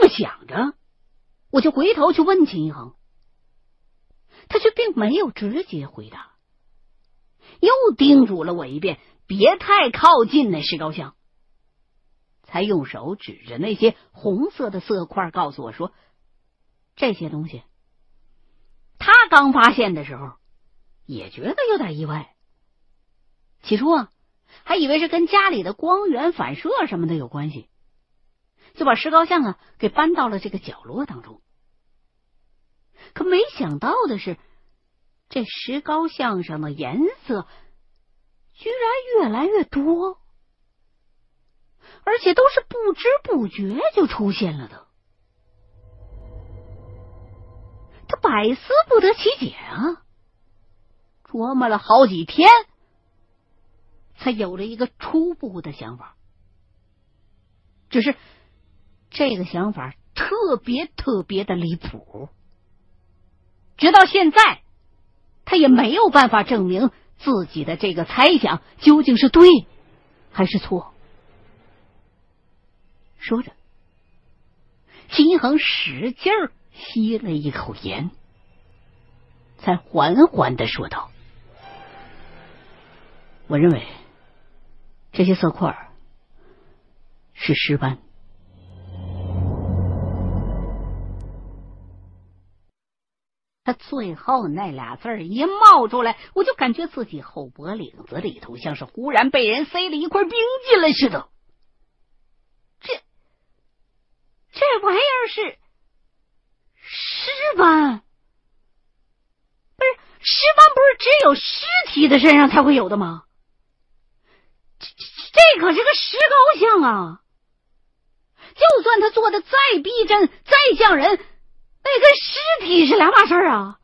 么想着，我就回头去问秦一恒，他却并没有直接回答，又叮嘱了我一遍别太靠近那石膏像，才用手指着那些红色的色块告诉我说，这些东西他刚发现的时候也觉得有点意外，起初还以为是跟家里的光源反射什么的有关系，就把石膏像给搬到了这个角落当中。可没想到的是，这石膏像上的颜色居然越来越多，而且都是不知不觉就出现了的。他百思不得其解琢磨了好几天，才有了一个初步的想法。只是这个想法特别的离谱，直到现在他也没有办法证明自己的这个猜想究竟是对还是错。说着，秦一恒使劲吸了一口烟，才缓缓地说道，我认为这些色块是尸斑。他最后那俩字一冒出来，我就感觉自己后脖领子里头像是忽然被人塞了一块冰进来似的。这玩意儿是尸斑？不是，尸斑不是只有尸体的身上才会有的吗？这可是个石膏像啊！就算他做的再逼真再像人，那跟尸体是两码事啊！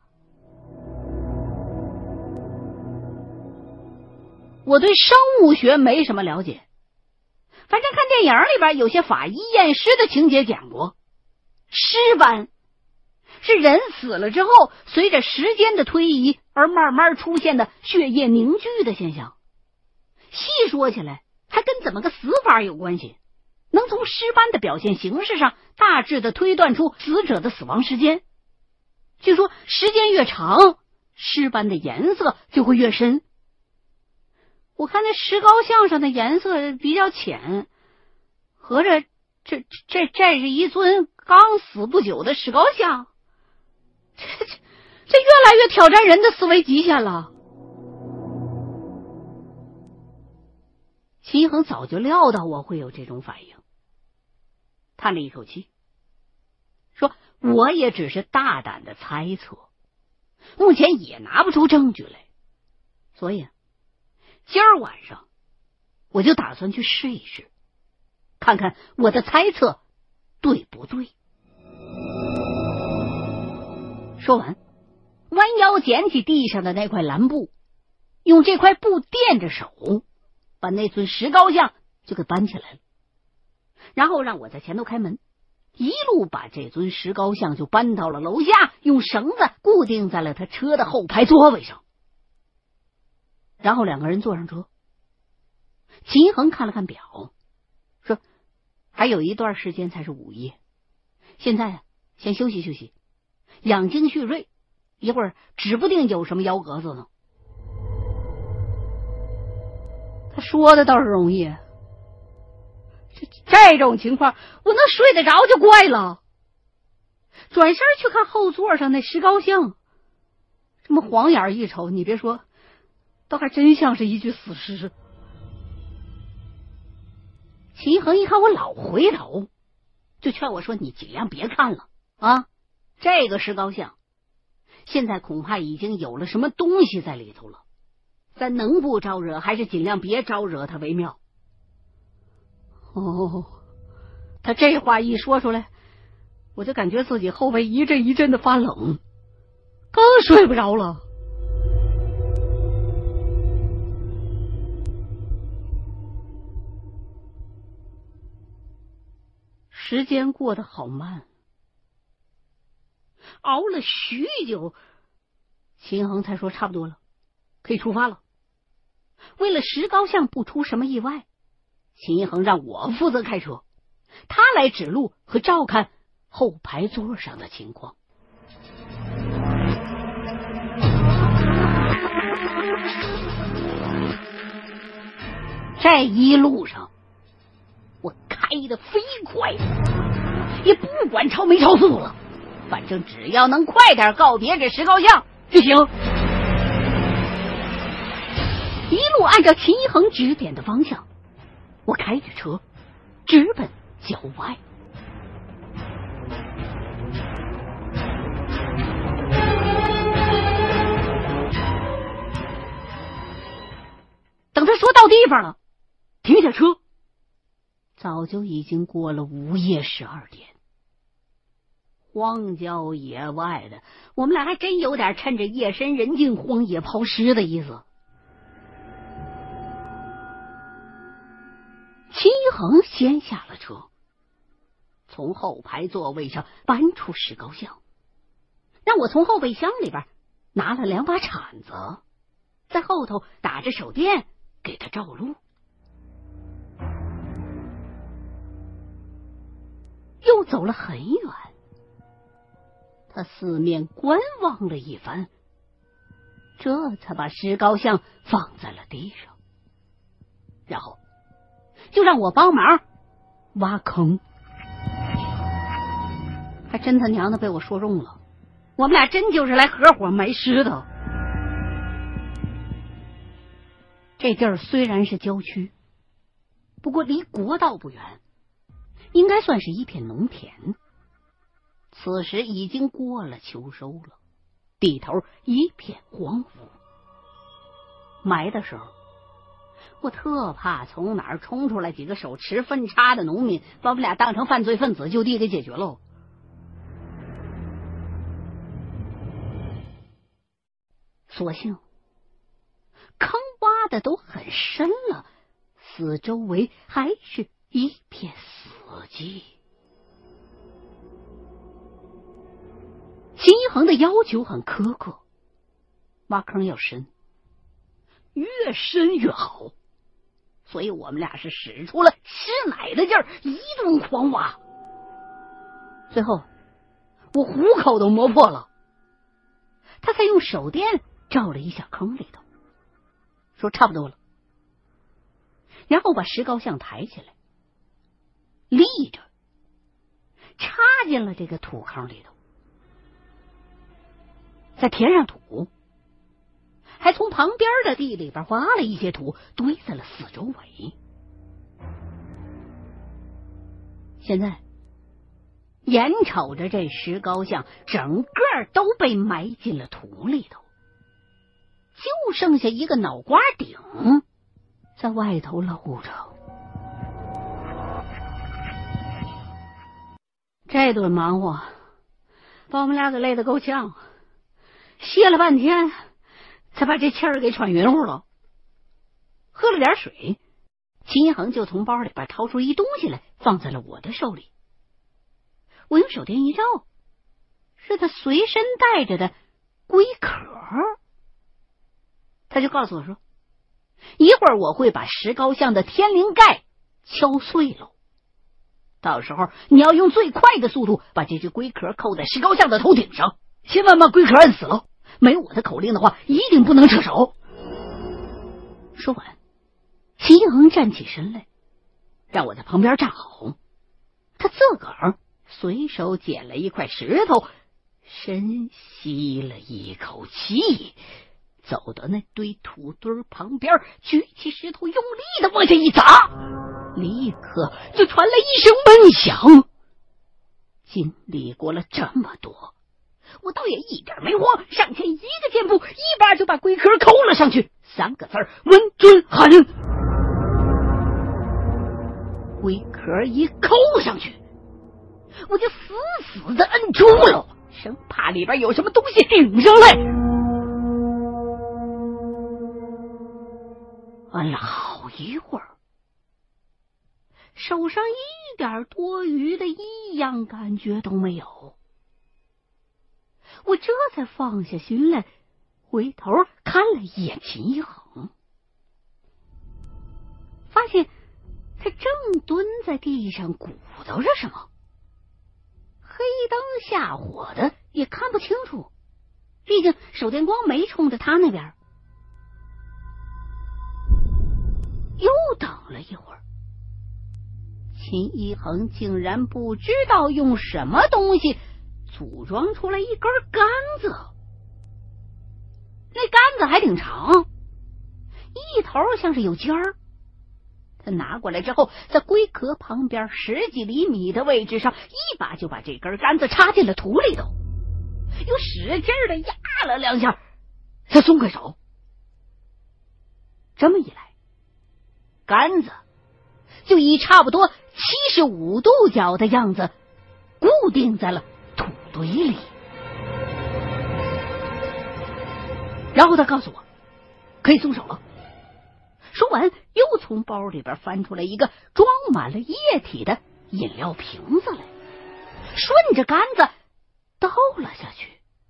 我对生物学没什么了解，反正看电影里边有些法医验尸的情节讲过，尸斑是人死了之后随着时间的推移而慢慢出现的血液凝聚的现象。细说起来还跟怎么个死法有关系，能从尸斑的表现形式上大致的推断出死者的死亡时间。据说时间越长，尸斑的颜色就会越深。我看那石膏像上的颜色比较浅，合着这是一尊刚死不久的石膏像，这越来越挑战人的思维极限了。秦一恒早就料到我会有这种反应，叹了一口气说，我也只是大胆的猜测，目前也拿不出证据来，所以今儿晚上我就打算去试一试，看看我的猜测对不对。说完，弯腰捡起地上的那块蓝布，用这块布垫着手，把那尊石膏像就给搬起来了，然后让我在前头开门，一路把这尊石膏像就搬到了楼下，用绳子固定在了他车的后排座位上。然后两个人坐上车，秦一恒看了看表，说还有一段时间才是午夜，现在先休息休息，养精蓄锐，一会儿指不定有什么幺蛾子呢。他说的倒是容易，这种情况我能睡得着就怪了。转身去看后座上那石膏像，这么晃眼一瞅，你别说，倒还真像是一具死尸。秦一恒一看我老回头，就劝我说，你尽量别看了啊，这个石膏像现在恐怕已经有了什么东西在里头了，咱能不招惹还是尽量别招惹他为妙。他这话一说出来，我就感觉自己后背一阵一阵的发冷，更睡不着了。时间过得好慢，熬了许久，秦恒才说差不多了，可以出发了。为了石膏像不出什么意外，秦一恒让我负责开车，他来指路和照看后排座上的情况。这一路上我开得飞快，也不管超没超速了，反正只要能快点告别这石膏像就行。一路按照秦一恒指点的方向，我开着车直奔郊外。等他说到地方了，停下车，早就已经过了午夜12点。荒郊野外的，我们俩还真有点趁着夜深人静荒野抛尸的意思。秦一恒先下了车，从后排座位上搬出石膏像，让我从后备箱里边拿了2把铲子，在后头打着手电给他照路。又走了很远，他四面观望了一番，这才把石膏像放在了地上，然后就让我帮忙挖坑。还真他娘的被我说中了，我们俩真就是来合伙埋尸的。这地儿虽然是郊区，不过离国道不远，应该算是一片农田。此时已经过了秋收了，地头一片荒芜。埋的时候，我特怕从哪儿冲出来几个手持分叉的农民，把我们俩当成犯罪分子就地给解决喽。所幸坑挖的都很深了，四周围还是一片死寂。秦一恒的要求很苛刻，挖坑要深，越深越好，所以我们俩是使出了吃奶的劲儿，一顿狂挖。最后我虎口都磨破了，他才用手电照了一下坑里头，说差不多了，然后把石膏像抬起来，立着插进了这个土坑里头，再填上土，还从旁边的地里边挖了一些土堆在了四周围。现在眼瞅着这石膏像整个都被埋进了土里头，就剩下一个脑瓜顶在外头露着。这顿忙活把我们俩给累得够呛，歇了半天才把这气儿给喘匀乎了。喝了点水，秦一恒就从包里边掏出一东西来，放在了我的手里。我用手电一照，是他随身带着的龟壳。他就告诉我说，一会儿我会把石膏像的天灵盖敲碎了，到时候你要用最快的速度把这只龟壳扣在石膏像的头顶上，千万把龟壳摁死了，没有我的口令的话一定不能撤手。说完，秦一恒站起身来，让我在旁边站好。他自个儿随手捡了一块石头，深吸了一口气，走到那堆土堆旁边，举起石头用力的往下一砸，立刻就传来一声闷响。经历过了这么多，我倒也一点没慌，上前一个箭步，一把就把龟壳扣了上去，3个字儿：稳准狠。龟壳一扣上去，我就死死的摁住了，生怕里边有什么东西顶上来。摁了好一会儿，手上一点多余的异样感觉都没有，我这才放下心来，回头看了一眼秦一恒，发现他正蹲在地上鼓捣着什么，黑下火的也看不清楚，毕竟手电光没冲着他那边。又等了一会儿，秦一恒竟然不知道用什么东西组装出来一根杆子。那杆子还挺长，一头像是有尖儿。他拿过来之后，在龟壳旁边10几厘米的位置上，一把就把这根杆子插进了土里头，又使劲的压了2下，才松开手。这么一来，杆子就以差不多75度角的样子固定在了土堆里。然后他告诉我可以松手了。说完，又从包里边翻出来一个装满了液体的饮料瓶子来，顺着杆子倒了下去。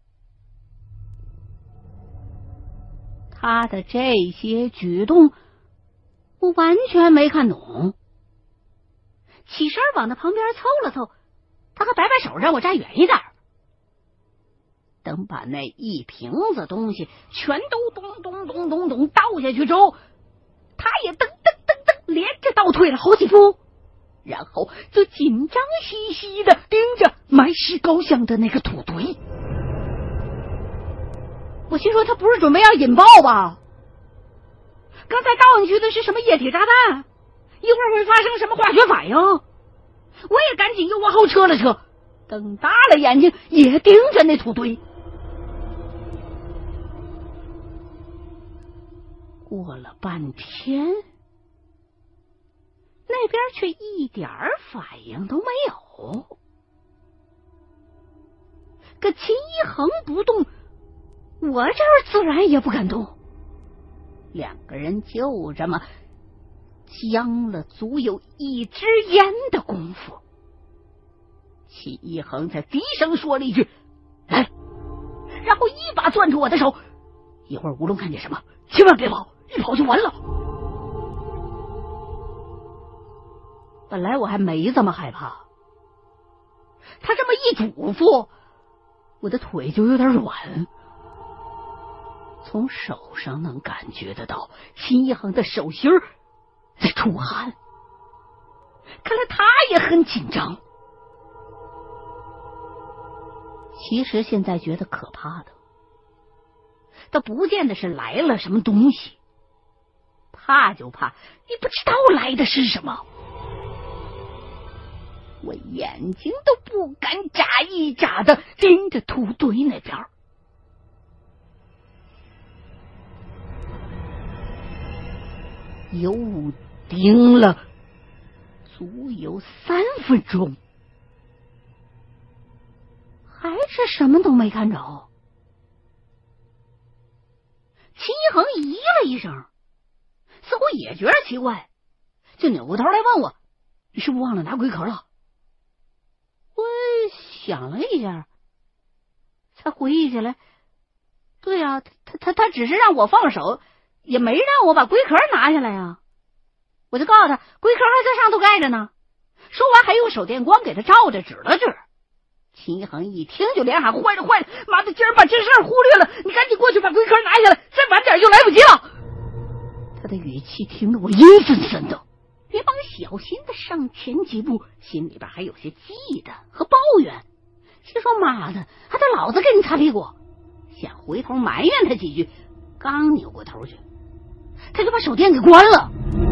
他的这些举动我完全没看懂，起身往他旁边凑了凑，他还摆摆手让我站远一点。等把那一瓶子东西全都咚咚咚咚咚倒下去之后，他也噔噔噔噔连着倒退了好几步，然后就紧张兮兮的盯着埋石膏像的那个土堆。我心说他不是准备要引爆吧？刚才倒进去的是什么液体炸弹？一会儿会发生什么化学反应？我也赶紧又往后撤了撤，瞪大了眼睛也盯着那土堆。过了半天，那边却一点反应都没有。可秦一恒不动，我这儿自然也不敢动。2个人就这么僵了足有1支烟的功夫，秦一恒才低声说了一句来，然后一把攥住我的手，一会儿无论看见什么千万别跑，一跑就完了。本来我还没这么害怕，他这么一嘱咐，我的腿就有点软。从手上能感觉得到秦一恒的手心在出汗，看来他也很紧张。其实现在觉得可怕的，倒不见得是来了什么东西，怕就怕你不知道来的是什么。我眼睛都不敢眨一眨的盯着土堆那边。又盯了足有3分钟，还是什么都没看着。秦一恒咦了一声，似乎也觉得奇怪，就扭过头来问我：“你是不是忘了拿龟壳了？”我想了一下，才回忆起来，对啊，他只是让我放手，也没让我把龟壳拿下来呀。我就告诉他，龟壳还在上头盖着呢。说完还用手电光给他照着指了指。秦一恒一听就连喊：“坏了坏了，妈的，竟然把这事儿忽略了！你赶紧过去把龟壳拿下来，再晚点就来不及了。”他的语气听得我阴森森的，连忙小心的上前几步，心里边还有些忌惮和抱怨，心说妈的，还得老子给你擦屁股。想回头埋怨他几句，刚扭过头去，他就把手电给关了。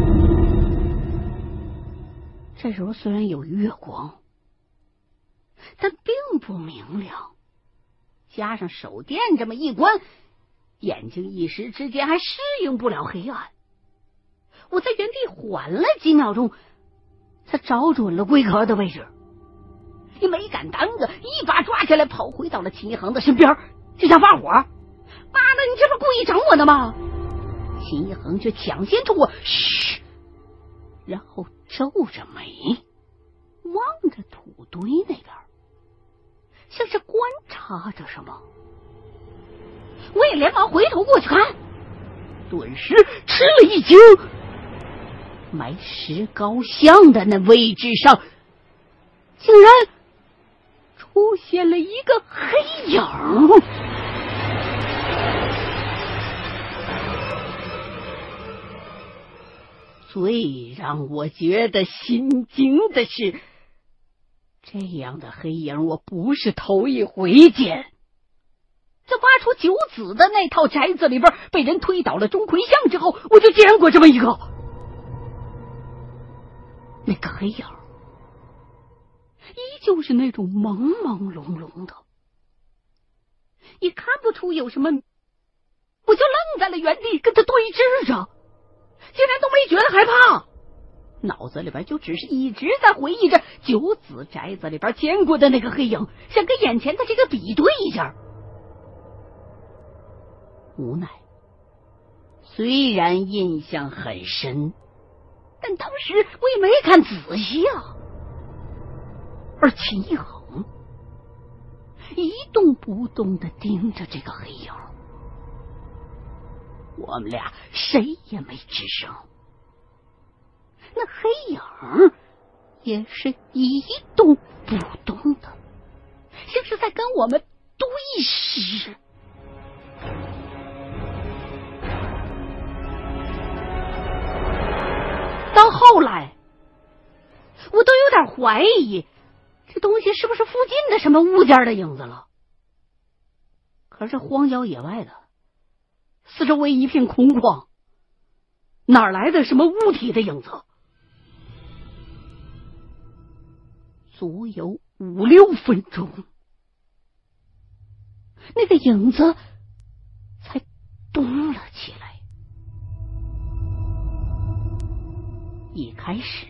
这时候虽然有月光，但并不明亮，加上手电这么一关，眼睛一时之间还适应不了黑暗。我在原地缓了几秒钟，才找准了龟壳的位置，也没敢耽搁，一把抓起来跑回到了秦一恒的身边，就想发火：“妈的，你这不是故意整我的吗？”秦一恒却抢先冲我：“嘘！”然后皱着眉望着土堆那边，像是观察着什么。我也连忙回头过去看，顿时吃了一惊，埋石膏像的那位置上竟然出现了一个黑影。最让我觉得心惊的是，这样的黑影我不是头一回见。在挖出九子的那套宅子里边被人推倒了钟馗像之后，我就见过这么一个。那个黑影依旧是那种朦朦胧胧的，也看不出有什么，我就愣在了原地跟他对峙着，竟然都没觉得害怕，脑子里边就只是一直在回忆着九子宅子里边见过的那个黑影，想跟眼前的这个比对一下。无奈虽然印象很深，但当时我也没看仔细啊。而秦恒一动不动地盯着这个黑影，我们俩谁也没吱声。那黑影也是一动不动的，像是在跟我们对视。到后来我都有点怀疑这东西是不是附近的什么物件的影子了。可是荒郊野外的，四周围一片空旷，哪来的什么物体的影子？足有5-6分钟，那个影子才动了起来。一开始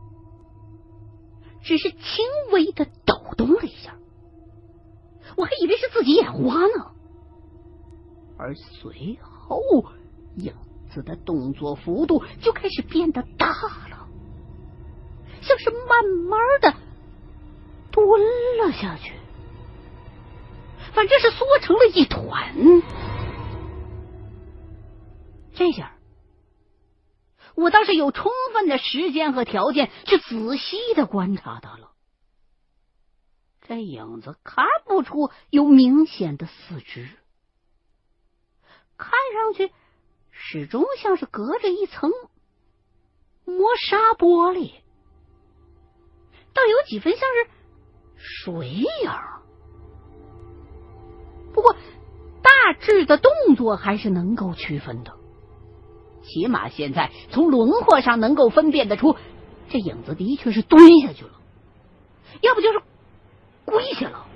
只是轻微的抖动了一下，我还以为是自己眼花呢。而随后影子的动作幅度就开始变得大了，像是慢慢的蹲了下去，反正是缩成了一团。这下我倒是有充分的时间和条件去仔细的观察它了。这影子看不出有明显的四肢，看上去始终像是隔着一层磨砂玻璃，倒有几分像是水影。不过大致的动作还是能够区分的，起码现在从轮廓上能够分辨得出，这影子的确是蹲下去了，要不就是跪下了。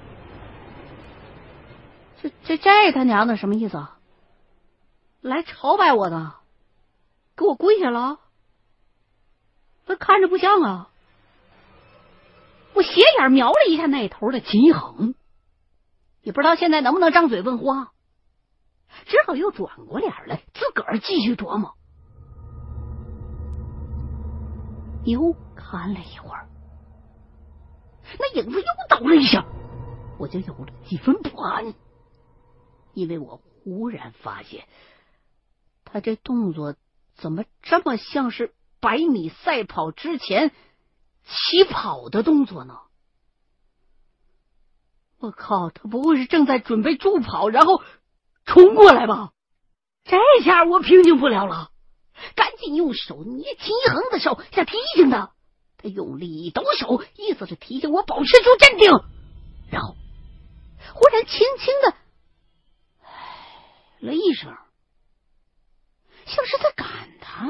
这他娘的什么意思啊？来朝拜我的，给我跪下了？这看着不像啊！我斜眼瞄了一下那头的秦恒，也不知道现在能不能张嘴问话，只好又转过脸来，自个儿继续琢磨。又看了一会儿，那影子又抖了一下，我就有了几分不安，因为我忽然发现他这动作怎么这么像是100米赛跑之前起跑的动作呢？我靠，他不会是正在准备助跑然后冲过来吧？这下我平静不了了，赶紧用手捏秦恒的手，想提醒他。他用力一抖手，意思是提醒我保持住镇定，然后忽然轻轻的了一声，像是在感叹。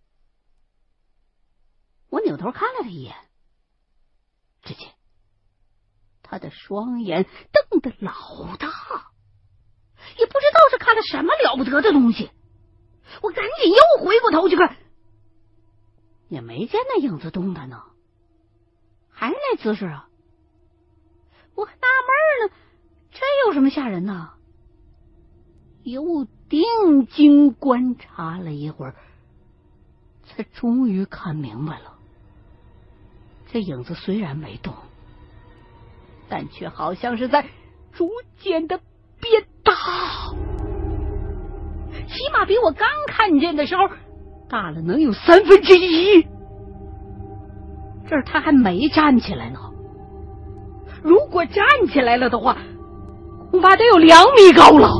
我扭头看了他一眼，只见他的双眼瞪得老大，也不知道是看了什么了不得的东西。我赶紧又回过头去看，也没见那影子动弹呢，还是那姿势啊。我还纳闷呢，这有什么吓人呢？又定睛观察了一会儿，才终于看明白了。这影子虽然没动，但却好像是在逐渐的变大，起码比我刚看见的时候大了能有1/3。这儿他还没站起来呢， 如果站起来了的话，恐怕得有2米高了。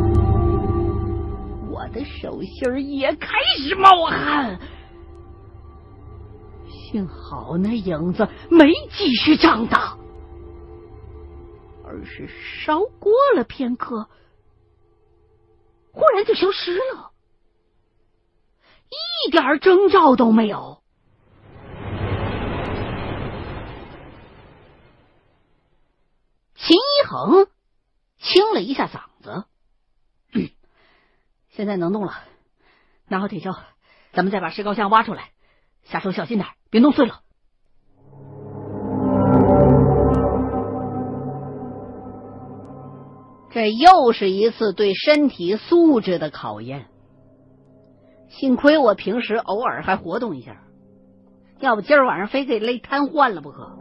我的手心也开始冒汗。幸好那影子没继续长大，而是稍过了片刻，忽然就消失了，一点征兆都没有。秦一恒清了一下嗓子，现在能动了，拿好铁锹，咱们再把石膏像挖出来，下手小心点，别弄碎了。这又是一次对身体素质的考验。幸亏我平时偶尔还活动一下，要不今儿晚上非给累瘫痪了不可。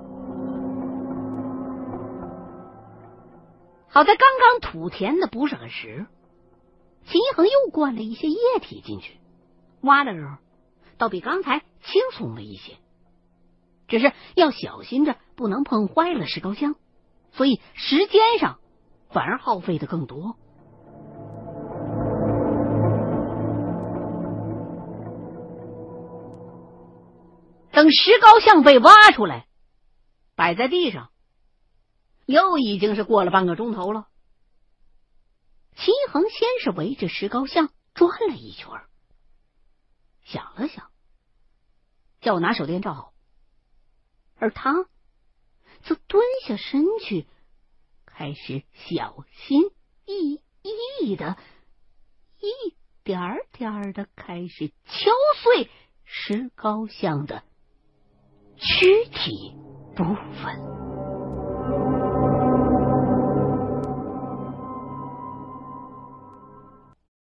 好在刚刚土填的不是很实，秦一恒又灌了一些液体进去，挖的时候倒比刚才轻松了一些，只是要小心着不能碰坏了石膏像，所以时间上反而耗费的更多。等石膏像被挖出来摆在地上，又已经是过了半个钟头了。秦一恒先是围着石膏像转了一圈，想了想，叫我拿手电照好，而他则蹲下身去，开始小心翼翼的一点点的开始敲碎石膏像的躯体部分。